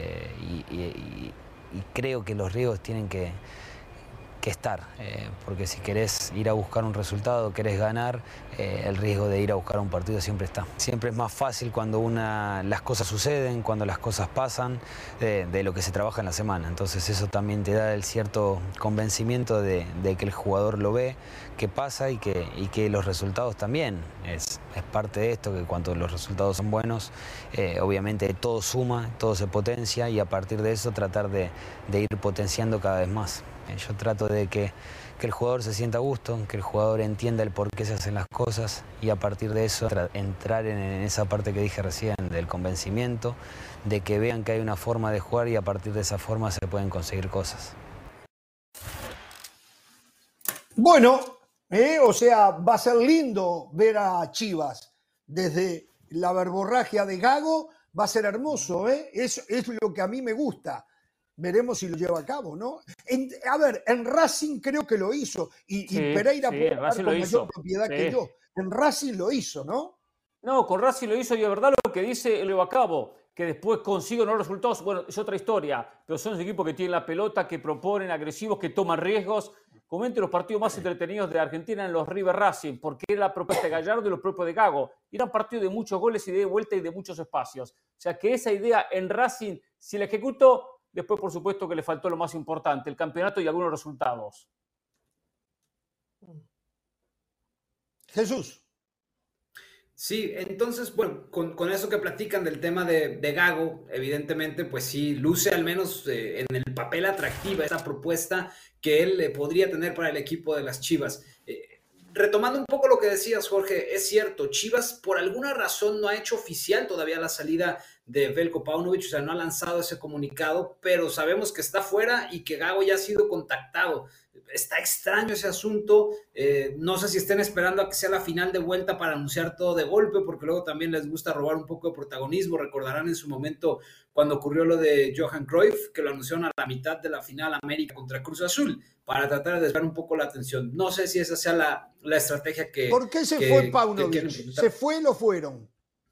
y creo que los riesgos tienen que estar, porque si querés ir a buscar un resultado, querés ganar, el riesgo de ir a buscar un partido siempre está. Siempre es más fácil cuando las cosas suceden, cuando las cosas pasan, de lo que se trabaja en la semana. Entonces eso también te da el cierto convencimiento de que el jugador lo ve, que pasa y que los resultados también. Es parte de esto, que cuando los resultados son buenos, obviamente todo suma, todo se potencia y a partir de eso tratar de ir potenciando cada vez más. Yo trato de que el jugador se sienta a gusto, que el jugador entienda el por qué se hacen las cosas y a partir de eso entrar en esa parte que dije recién, del convencimiento, de que vean que hay una forma de jugar y a partir de esa forma se pueden conseguir cosas. Bueno, o sea, va a ser lindo ver a Chivas desde la verborragia de Gago, va a ser hermoso, es lo que a mí me gusta. Veremos si lo lleva a cabo, ¿no? A ver, en Racing creo que lo hizo. Y Pereira puede hablar con mayor propiedad que yo. En Racing lo hizo, ¿no? No, con Racing lo hizo y es verdad lo que dice, lo lleva a cabo. Que después consigue los resultados, bueno, es otra historia. Pero son equipos que tienen la pelota, que proponen, agresivos, que toman riesgos. Comente los partidos más entretenidos de Argentina en los River Racing, porque era la propuesta de Gallardo y los propios de Gago. Eran partidos de muchos goles y de vuelta y de muchos espacios. O sea que esa idea en Racing, si la ejecutó, después por supuesto que le faltó lo más importante, el campeonato y algunos resultados. Jesús. Sí, entonces, bueno, con eso que platican del tema de Gago, evidentemente, pues sí, luce al menos en el papel atractiva esta propuesta que él podría tener para el equipo de las Chivas. Retomando un poco lo que decías, Jorge, es cierto, Chivas por alguna razón no ha hecho oficial todavía la salida de Veljko Paunovic, o sea, no ha lanzado ese comunicado, pero sabemos que está fuera y que Gago ya ha sido contactado. Está extraño ese asunto, no sé si estén esperando a que sea la final de vuelta para anunciar todo de golpe, porque luego también les gusta robar un poco de protagonismo. Recordarán en su momento cuando ocurrió lo de Johan Cruyff, que lo anunciaron a la mitad de la final América contra Cruz Azul, para tratar de desviar un poco la atención. No sé si esa sea la estrategia que... ¿Por qué se fue Paunovic? ¿Se fue o lo fueron?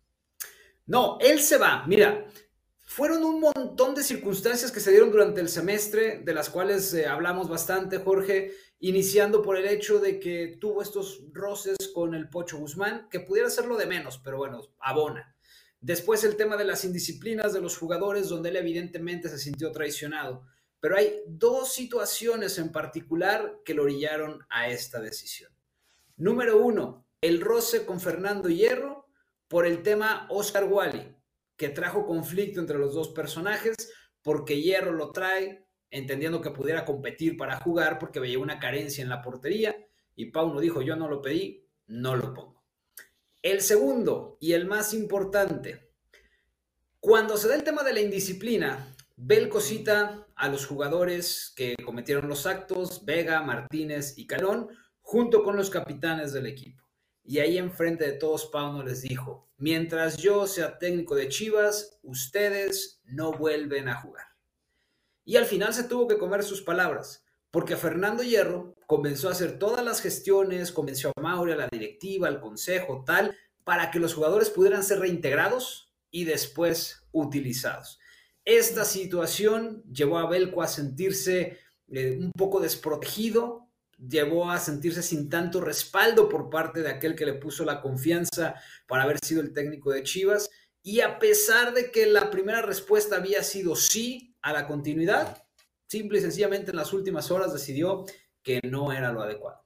No, él se va. Mira, fueron un montón de circunstancias que se dieron durante el semestre, de las cuales hablamos bastante, Jorge, iniciando por el hecho de que tuvo estos roces con el Pocho Guzmán, que pudiera ser lo de menos, pero bueno, abona. Después el tema de las indisciplinas de los jugadores, donde él evidentemente se sintió traicionado. Pero hay dos situaciones en particular que lo orillaron a esta decisión. Número uno, el roce con Fernando Hierro por el tema Oscar Wally, que trajo conflicto entre los dos personajes, porque Hierro lo trae, entendiendo que pudiera competir para jugar, porque veía una carencia en la portería, y Pauno dijo, yo no lo pedí, no lo pongo. El segundo, y el más importante, cuando se da el tema de la indisciplina, Veljko cita a los jugadores que cometieron los actos, Vega, Martínez y Calón, junto con los capitanes del equipo. Y ahí enfrente de todos Pauno les dijo, mientras yo sea técnico de Chivas, ustedes no vuelven a jugar. Y al final se tuvo que comer sus palabras, porque Fernando Hierro comenzó a hacer todas las gestiones, convenció a Mauri, a la directiva, al consejo, tal, para que los jugadores pudieran ser reintegrados y después utilizados. Esta situación llevó a Veljko a sentirse un poco desprotegido, llevó a sentirse sin tanto respaldo por parte de aquel que le puso la confianza para haber sido el técnico de Chivas, y a pesar de que la primera respuesta había sido sí a la continuidad, simple y sencillamente en las últimas horas decidió que no era lo adecuado.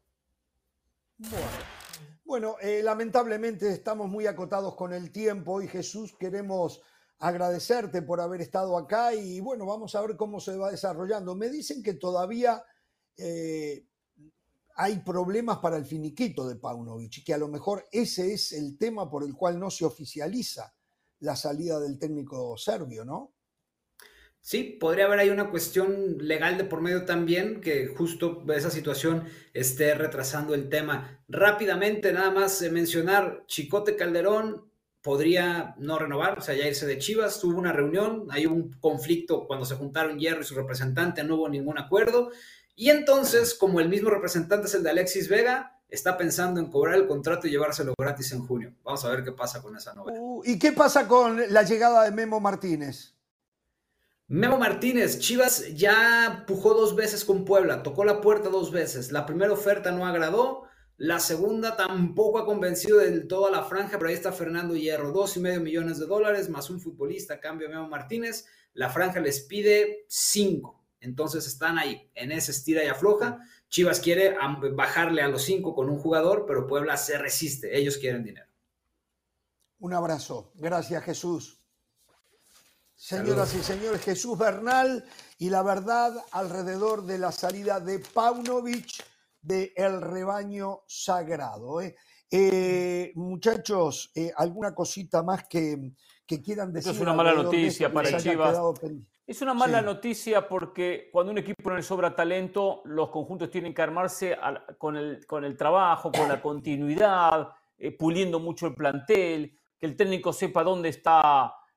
Bueno, lamentablemente estamos muy acotados con el tiempo y Jesús, queremos agradecerte por haber estado acá y bueno, vamos a ver cómo se va desarrollando. Me dicen que todavía hay problemas para el finiquito de Paunovic y que a lo mejor ese es el tema por el cual no se oficializa la salida del técnico serbio, ¿no? Sí, podría haber ahí una cuestión legal de por medio también, que justo esa situación esté retrasando el tema. Rápidamente, nada más mencionar, Chicote Calderón podría no renovar, o sea, ya irse de Chivas. Tuvo una reunión, hay un conflicto cuando se juntaron Hierro y su representante, no hubo ningún acuerdo. Y entonces, como el mismo representante es el de Alexis Vega, está pensando en cobrar el contrato y llevárselo gratis en junio. Vamos a ver qué pasa con esa novela. ¿Y qué pasa con la llegada de Memo Martínez? Memo Martínez, Chivas ya pujó 2 veces con Puebla, tocó la puerta 2 veces. La primera oferta no agradó, la segunda tampoco ha convencido del todo a la franja, pero ahí está Fernando Hierro, $2.5 millones más un futbolista a cambio de Memo Martínez. La franja les pide 5. Entonces están ahí, en ese estira y afloja. Chivas quiere bajarle a los 5 con un jugador, pero Puebla se resiste. Ellos quieren dinero. Un abrazo. Gracias, Jesús. Señoras y señores, Jesús Bernal y la verdad alrededor de la salida de Paunovic de El Rebaño Sagrado. Muchachos, ¿alguna cosita más que quieran decir? Esto es una mala noticia para Chivas. Es una mala noticia porque cuando a un equipo no le sobra talento, los conjuntos tienen que armarse con el trabajo, con la continuidad, puliendo mucho el plantel, que el técnico sepa dónde está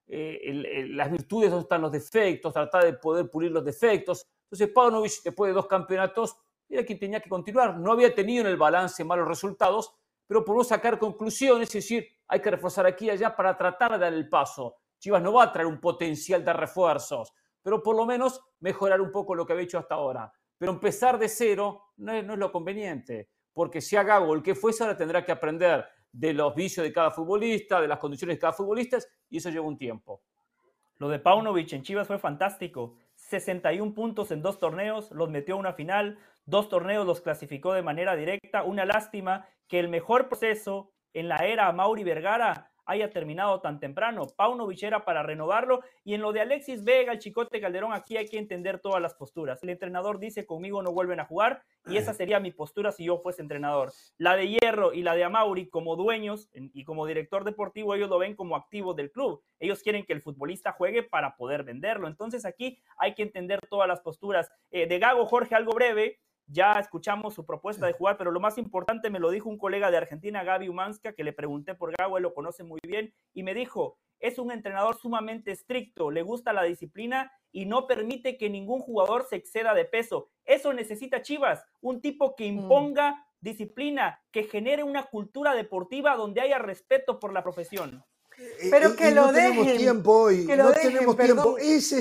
las virtudes, dónde están los defectos, tratar de poder pulir los defectos. Entonces Paunovic, después de 2 campeonatos, era quien tenía que continuar. No había tenido en el balance malos resultados, pero por no sacar conclusiones, es decir, hay que reforzar aquí y allá para tratar de dar el paso. Chivas no va a traer un potencial de refuerzos, pero por lo menos mejorar un poco lo que había hecho hasta ahora. Pero empezar de cero no es lo conveniente, porque si a Gago el que fuese ahora tendrá que aprender de los vicios de cada futbolista, de las condiciones de cada futbolista, y eso lleva un tiempo. Lo de Paunovic en Chivas fue fantástico. 61 puntos en 2 torneos, los metió a una final, 2 torneos los clasificó de manera directa. Una lástima que el mejor proceso en la era Mauri Vergara haya terminado tan temprano. Paunovic era para renovarlo, y en lo de Alexis Vega, el Chicote Calderón, aquí hay que entender todas las posturas. El entrenador dice: conmigo no vuelven a jugar, y esa sería mi postura si yo fuese entrenador. La de Hierro y la de Amauri, como dueños y como director deportivo, ellos lo ven como activos del club. Ellos quieren que el futbolista juegue para poder venderlo. Entonces aquí hay que entender todas las posturas. De Gago, Jorge, algo breve. Ya escuchamos su propuesta de jugar, pero lo más importante me lo dijo un colega de Argentina, Gaby Umanska, que le pregunté por Gago, él lo conoce muy bien, y me dijo: es un entrenador sumamente estricto, le gusta la disciplina y no permite que ningún jugador se exceda de peso. Eso necesita Chivas, un tipo que imponga disciplina, que genere una cultura deportiva donde haya respeto por la profesión. Pero que lo no dejen. Tenemos tiempo hoy, Que lo no dejen, tenemos perdón. tiempo.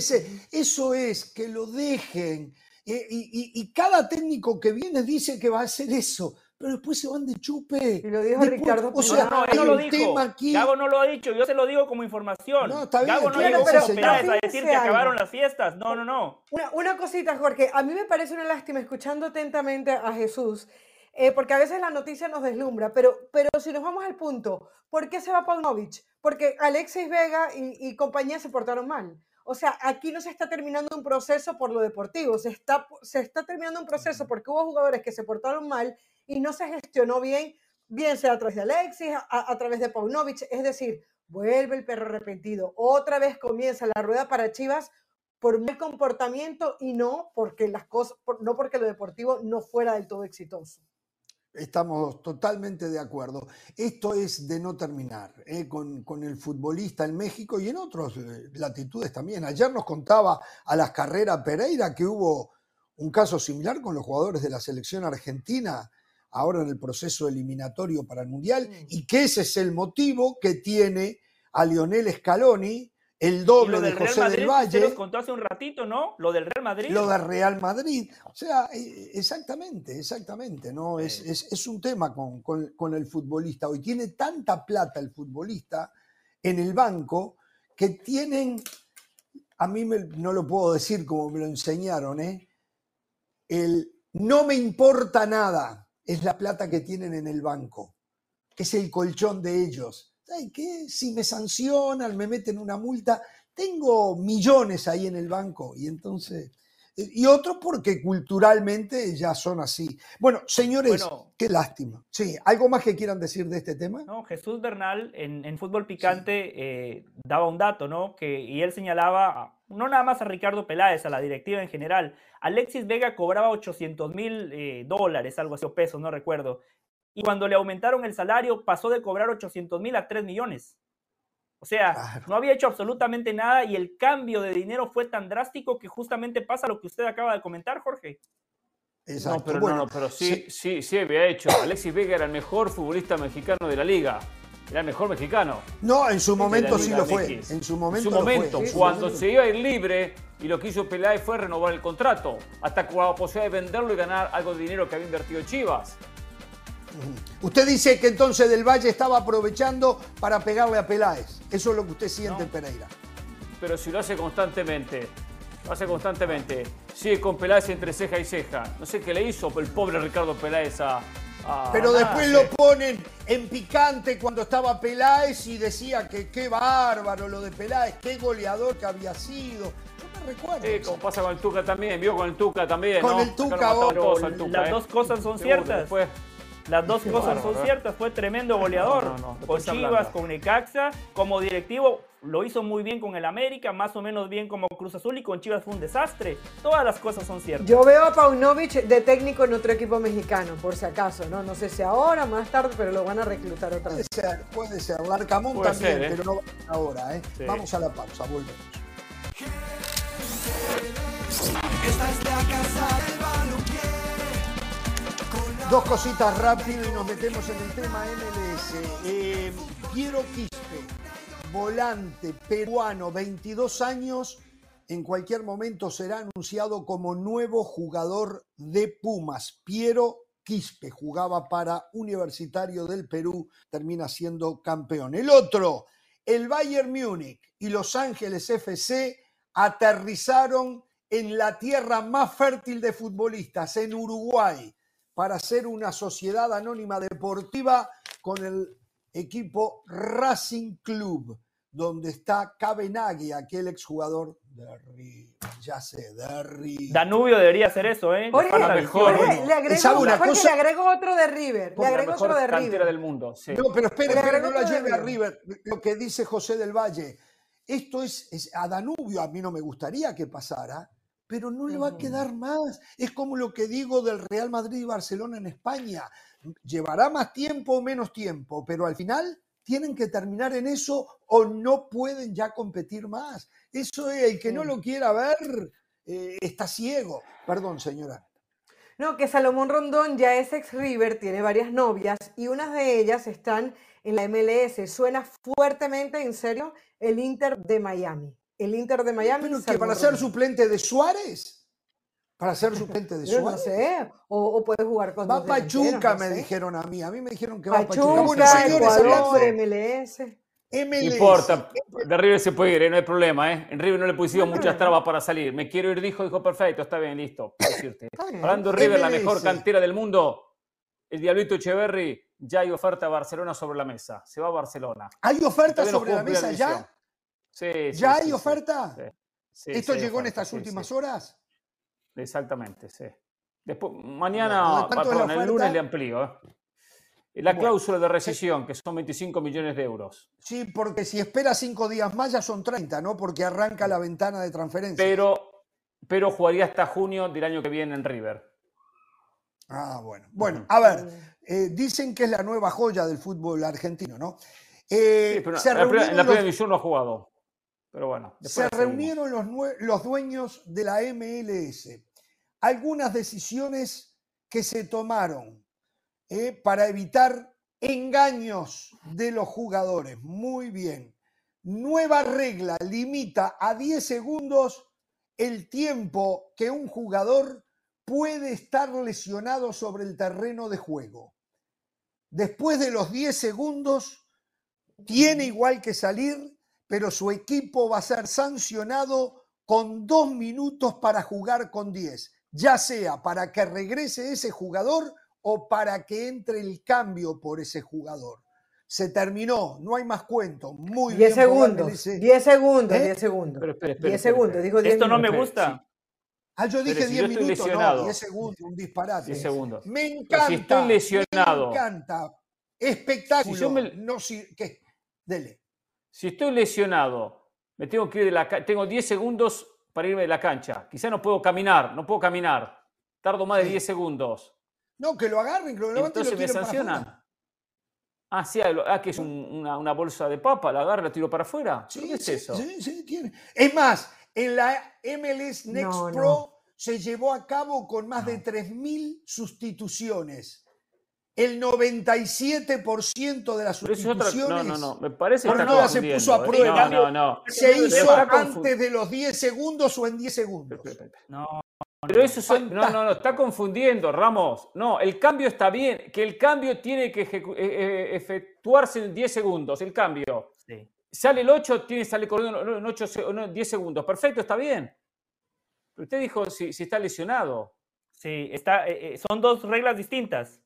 Eso es, que lo dejen. Y cada técnico que viene dice que va a hacer eso, pero después se van de chupe. Y lo dijo Después, Ricardo. O sea, no, hay él no lo un dijo. tema aquí. Gago no lo ha dicho, yo se lo digo como información. No, está bien, Gago no claro, llegó pero como Peláez a fíjense decir que algo. acabaron las fiestas. No. Una cosita, Jorge. A mí me parece una lástima, escuchando atentamente a Jesús, porque a veces la noticia nos deslumbra, pero si nos vamos al punto, ¿por qué se va Paunovic? Porque Alexis Vega y compañía se portaron mal. O sea, aquí no se está terminando un proceso por lo deportivo, se está terminando un proceso porque hubo jugadores que se portaron mal y no se gestionó bien sea a través de Alexis, a través de Paunovic. Es decir, vuelve el perro arrepentido. Otra vez comienza la rueda para Chivas por mal comportamiento y no porque no porque lo deportivo no fuera del todo exitoso. Estamos totalmente de acuerdo. Esto es de no terminar con el futbolista en México y en otras latitudes también. Ayer nos contaba a las carreras Pereira que hubo un caso similar con los jugadores de la selección argentina ahora en el proceso eliminatorio para el Mundial, y que ese es el motivo que tiene a Lionel Scaloni, el doble de José del Valle. Se los contó hace un ratito, ¿no? Lo del Real Madrid. Lo del Real Madrid. O sea, exactamente, ¿no? Es un tema con el futbolista. Hoy tiene tanta plata el futbolista en el banco que tienen, a mí no lo puedo decir como me lo enseñaron, el no me importa nada es la plata que tienen en el banco, que es el colchón de ellos. ¿Sabes qué? Si me sancionan, me meten una multa, tengo millones ahí en el banco. Y entonces, y otros porque culturalmente ya son así. Bueno, señores, qué lástima. Sí, ¿algo más que quieran decir de este tema? No, Jesús Bernal en Fútbol Picante daba un dato, ¿no? Y él señalaba, no nada más a Ricardo Peláez, a la directiva en general. Alexis Vega cobraba $800,000, algo así, o pesos, no recuerdo. Y cuando le aumentaron el salario, pasó de cobrar 800,000 a 3 millones. O sea, claro, no había hecho absolutamente nada y el cambio de dinero fue tan drástico que justamente pasa lo que usted acaba de comentar, Jorge. Exacto. No, pero, pero sí había hecho. Alexis Vega era el mejor futbolista mexicano de la liga. Era el mejor mexicano. No, en su momento sí lo fue. En su momento, cuando se iba a ir libre y lo que hizo Peláez fue renovar el contrato. Hasta con la posibilidad de venderlo y ganar algo de dinero que había invertido Chivas. Usted dice que entonces Del Valle estaba aprovechando para pegarle a Peláez. Eso es lo que usted siente en Pereira. Pero si lo hace constantemente, sigue con Peláez entre ceja y ceja. No sé qué le hizo el pobre Ricardo Peláez Pero después lo ponen en picante cuando estaba Peláez y decía que qué bárbaro lo de Peláez, qué goleador que había sido. Yo me recuerdo. Como pasa con el Tuca también, vio con el Tuca también. Con ¿no? el Tuca, las dos cosas son ciertas. Las dos cosas son ciertas, fue tremendo goleador. Con Chivas, con Necaxa, como directivo lo hizo muy bien con el América, más o menos bien como Cruz Azul, y con Chivas fue un desastre. Todas las cosas son ciertas. Yo veo a Paunovic de técnico en otro equipo mexicano, por si acaso, ¿no? No sé si ahora, más tarde, pero lo van a reclutar otra vez. Puede ser. Larcamón Puede también, ser, pero no ahora, ¿eh? Sí. Vamos a la pausa, volvemos. Esta es la casa del balompié. Dos cositas rápido y nos metemos en el tema MLS. Piero Quispe, volante peruano, 22 años, en cualquier momento será anunciado como nuevo jugador de Pumas. Piero Quispe jugaba para Universitario del Perú, termina siendo campeón. El otro, el Bayern Múnich y Los Ángeles FC aterrizaron en la tierra más fértil de futbolistas, en Uruguay, para hacer una sociedad anónima deportiva con el equipo Racing Club, donde está Cabenagui, aquel exjugador de River, ya sé, de River. Danubio debería hacer eso, ¿eh? Jorge, la mejor, Jorge, le agrego otro de River. Le agrego otro de cantera River. del mundo. Sí. No, pero espere, no la lleve a River. River. Lo que dice José del Valle, esto es a Danubio, a mí no me gustaría que pasara, pero no le va a quedar más. Es como lo que digo del Real Madrid y Barcelona en España. Llevará más tiempo o menos tiempo, pero al final tienen que terminar en eso o no pueden ya competir más. Eso es, el que no lo quiera ver está ciego. Perdón, señora. No, que Salomón Rondón ya es ex River, tiene varias novias y unas de ellas están en la MLS. Suena fuertemente, en serio, el Inter de Miami. El Inter de Miami. ¿Pero que para ser suplente de Suárez? ¿Para ser suplente de Yo Suárez? no sé, o puede jugar con Va dos Pachuca, delanteros, no me sé. dijeron a mí. A mí me dijeron que va Pachuca, Pachuca. Bueno, señores, Ecuador, MLS. No importa, de River se puede ir, no hay problema, ¿eh? En River no le pusieron muchas trabas para salir. Me quiero ir, dijo perfecto, está bien, listo. Decirte. Hablando de River, la mejor cantera del mundo, el Diablito Echeverri, ya hay oferta a Barcelona sobre la mesa. Se va a Barcelona. ¿Hay oferta sobre la mesa ya? Sí. ¿Ya hay oferta? Sí, ¿Esto sí, llegó oferta, en estas últimas horas? Exactamente, sí. Después, mañana, Bueno, el lunes le amplío, ¿eh? La cláusula de rescisión, que son 25 millones de euros. Sí, porque si espera 5 días más ya son 30, ¿no? Porque arranca la ventana de transferencia. Pero jugaría hasta junio del año que viene en River. Ah, bueno. Bueno, a ver, dicen que es la nueva joya del fútbol argentino, ¿no? Sí, pero en la primera división no ha jugado. Pero bueno. Se reunieron los dueños de la MLS. Algunas decisiones que se tomaron para evitar engaños de los jugadores. Muy bien. Nueva regla limita a 10 segundos el tiempo que un jugador puede estar lesionado sobre el terreno de juego. Después de los 10 segundos, tiene igual que salir, pero su equipo va a ser sancionado con 2 minutos para jugar con 10, ya sea para que regrese ese jugador o para que entre el cambio por ese jugador. Se terminó, no hay más cuento. Muy 10 bien. segundos, 10 segundos, ¿Eh? 10 segundos. Pero espera, 10 segundos, dijo 10 Esto no minutos. me gusta. Yo dije 10 minutos, lesionado. no, 10 segundos, un disparate. 10 segundos. Me encanta. Si estoy lesionado. Me encanta. Espectáculo. Si yo ¿Qué? Dele. Si estoy lesionado, me tengo que ir tengo 10 segundos para irme de la cancha. Quizá no puedo caminar. Tardo más de 10 segundos. No, que lo agarren, que lo levanten y lo Entonces me tiren para sancionan. afuera. Que es una bolsa de papa, la agarro y la tiro para afuera. Sí, ¿Qué es eso? Sí, tiene. Es más, en la MLS Next No, Pro no. se llevó a cabo con más de 3.000 sustituciones. El 97% de las Pero eso es sustituciones no. Me parece que por está nada se confundiendo, puso a prueba. No. se hizo Está antes de los 10 segundos o en 10 segundos. No. Pero eso no, está confundiendo, Ramos. No, el cambio está bien, que el cambio tiene que efectuarse en 10 segundos, el cambio. Sí. Sale el 8, sale corriendo en 10 segundos. Perfecto, está bien. Pero usted dijo si está lesionado. Sí, son dos reglas distintas.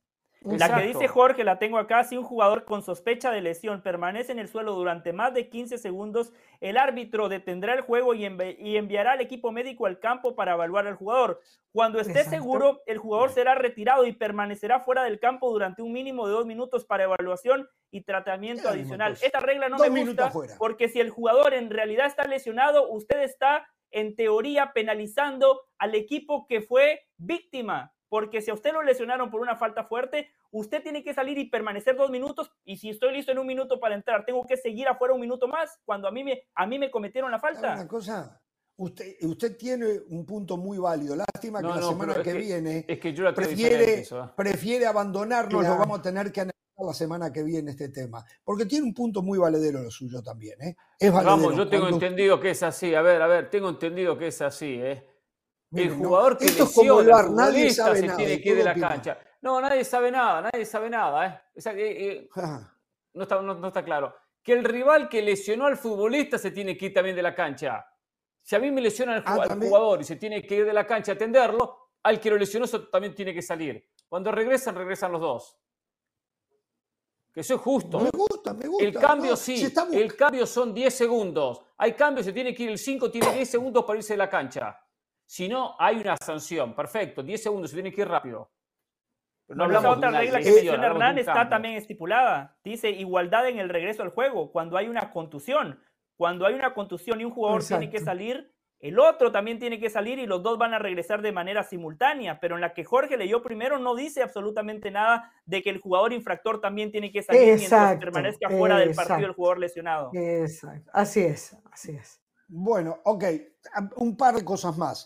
La que dice Jorge, la tengo acá: si un jugador con sospecha de lesión permanece en el suelo durante más de 15 segundos, el árbitro detendrá el juego y enviará al equipo médico al campo para evaluar al jugador. Cuando esté seguro, el jugador será retirado y permanecerá fuera del campo durante un mínimo de 2 minutos para evaluación y tratamiento adicional. Esta regla no me gusta porque si el jugador en realidad está lesionado, usted está en teoría penalizando al equipo que fue víctima. Porque si a usted lo lesionaron por una falta fuerte, usted tiene que salir y permanecer 2 minutos, y si estoy listo en 1 minuto para entrar, tengo que seguir afuera 1 minuto más, cuando a mí me cometieron la falta. Una cosa, usted tiene un punto muy válido. Lástima que la semana que viene prefiere abandonarnos, lo vamos a tener que analizar la semana que viene este tema. Porque tiene un punto muy valedero lo suyo también, ¿eh? Es valedero. Vamos, yo tengo entendido que es así. A ver, tengo entendido que es así, ¿eh? El jugador que lesiona, el futbolista se tiene que ir de la cancha. No, nadie sabe nada, ¿eh? No está claro. Que el rival que lesionó al futbolista se tiene que ir también de la cancha. Si a mí me lesiona el jugador y se tiene que ir de la cancha a atenderlo, al que lo lesionó también tiene que salir. Cuando regresan los dos. Que eso es justo. Me gusta. El cambio el cambio son 10 segundos. Hay cambio, se tiene que ir el 5, tiene 10 segundos para irse de la cancha. Si no, hay una sanción. Perfecto, 10 segundos, se tiene que ir rápido. Pero no hablamos otra regla que menciona Hernán, está también estipulada. Dice igualdad en el regreso al juego, cuando hay una contusión. Cuando hay una contusión y un jugador tiene que salir, el otro también tiene que salir y los dos van a regresar de manera simultánea. Pero en la que Jorge leyó primero no dice absolutamente nada de que el jugador infractor también tiene que salir mientras permanezca fuera del partido el jugador lesionado. Exacto, así es. Bueno, ok, un par de cosas más.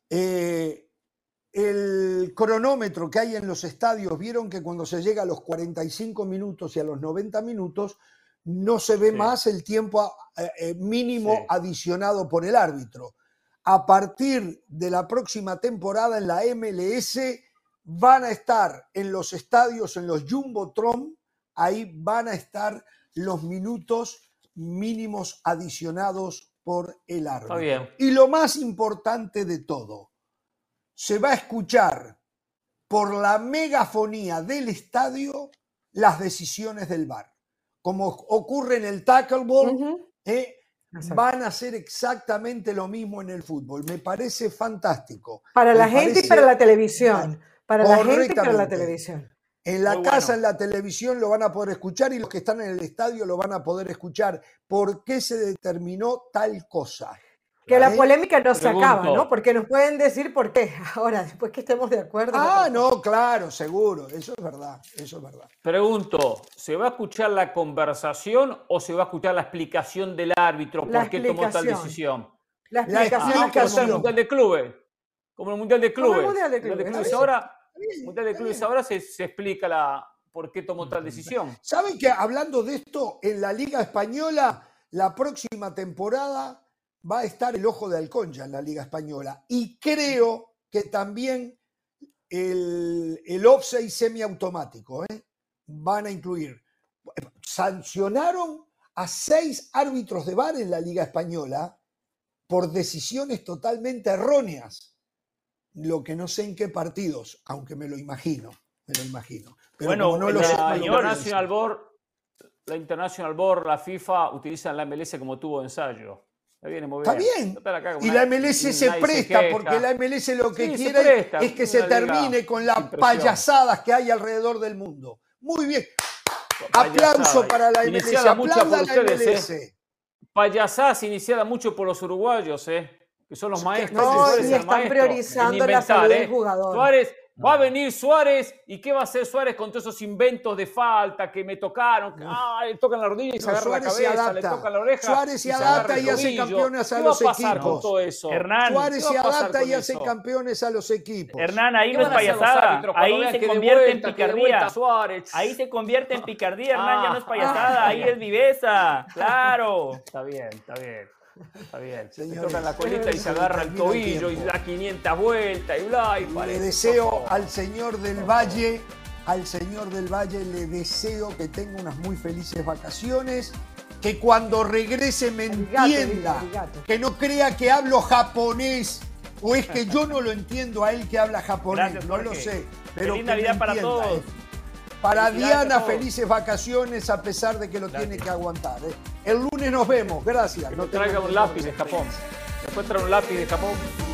El cronómetro que hay en los estadios, vieron que cuando se llega a los 45 minutos y a los 90 minutos no se ve más el tiempo mínimo adicionado por el árbitro. A partir de la próxima temporada en la MLS van a estar en los estadios, en los Jumbotron, ahí van a estar los minutos mínimos adicionados por el árbitro. Está bien. Y lo más importante de todo, se va a escuchar por la megafonía del estadio las decisiones del VAR. Como ocurre en el tackle ball, van a hacer exactamente lo mismo en el fútbol. Me parece fantástico. Para la gente y para la televisión. Para la gente y para la televisión. En la casa, en la televisión lo van a poder escuchar y los que están en el estadio lo van a poder escuchar. ¿Por qué se determinó tal cosa? Que la polémica no se acaba, ¿no? Porque nos pueden decir por qué. Ahora, después que estemos de acuerdo. No, claro, seguro. Eso es verdad. Pregunto, ¿se va a escuchar la conversación o se va a escuchar la explicación del árbitro por qué tomó tal decisión? La explicación. Como el Mundial de Clubes. Como el Mundial de Clubes. Mundial de Clubes ahora se explica por qué tomó tal decisión. ¿Saben que hablando de esto, en la Liga Española, la próxima temporada va a estar el Ojo de Halcón ya en la Liga Española? Y creo que también el offside semiautomático van a incluir. Sancionaron a 6 árbitros de VAR en la Liga Española por decisiones totalmente erróneas. Lo que no sé en qué partidos, aunque me lo imagino. Pero bueno, no lo sé. La International Board, la FIFA, utilizan la MLS como tubo de ensayo. Está bien. Y la MLS se presta, porque la MLS lo que quiere es que se termine con las payasadas que hay alrededor del mundo. Muy bien. Aplauso para la MLS. Aplauda a la MLS. Payasadas iniciada mucho por los uruguayos, que son los maestros. No, y están priorizando la salud del jugador. Suárez, va a venir Suárez, ¿y qué va a hacer Suárez con todos esos inventos de falta que me tocaron? Le tocan la rodilla y se agarra la cabeza, le tocan la oreja. Suárez se adapta y hace campeones a los equipos. Suárez se adapta y hace campeones a los equipos. Hernán, ahí no es payasada, ahí se convierte en picardía. Ahí se convierte en picardía, Hernán, ya no es payasada, ahí es viveza. Claro. Está bien. Se tocan la colita y se agarra el tobillo y da 500 vueltas y bla. Le deseo al señor del Valle, le deseo que tenga unas muy felices vacaciones, que cuando regrese me entienda, que no crea que hablo japonés, o es que yo no lo entiendo a él que habla japonés. Gracias, no lo sé. Pero feliz Navidad para todos. Para Diana, felices vacaciones a pesar de que lo tiene que aguantar. El lunes nos vemos. Gracias. Que no traiga un lápiz de Japón. Después trae un lápiz de Japón.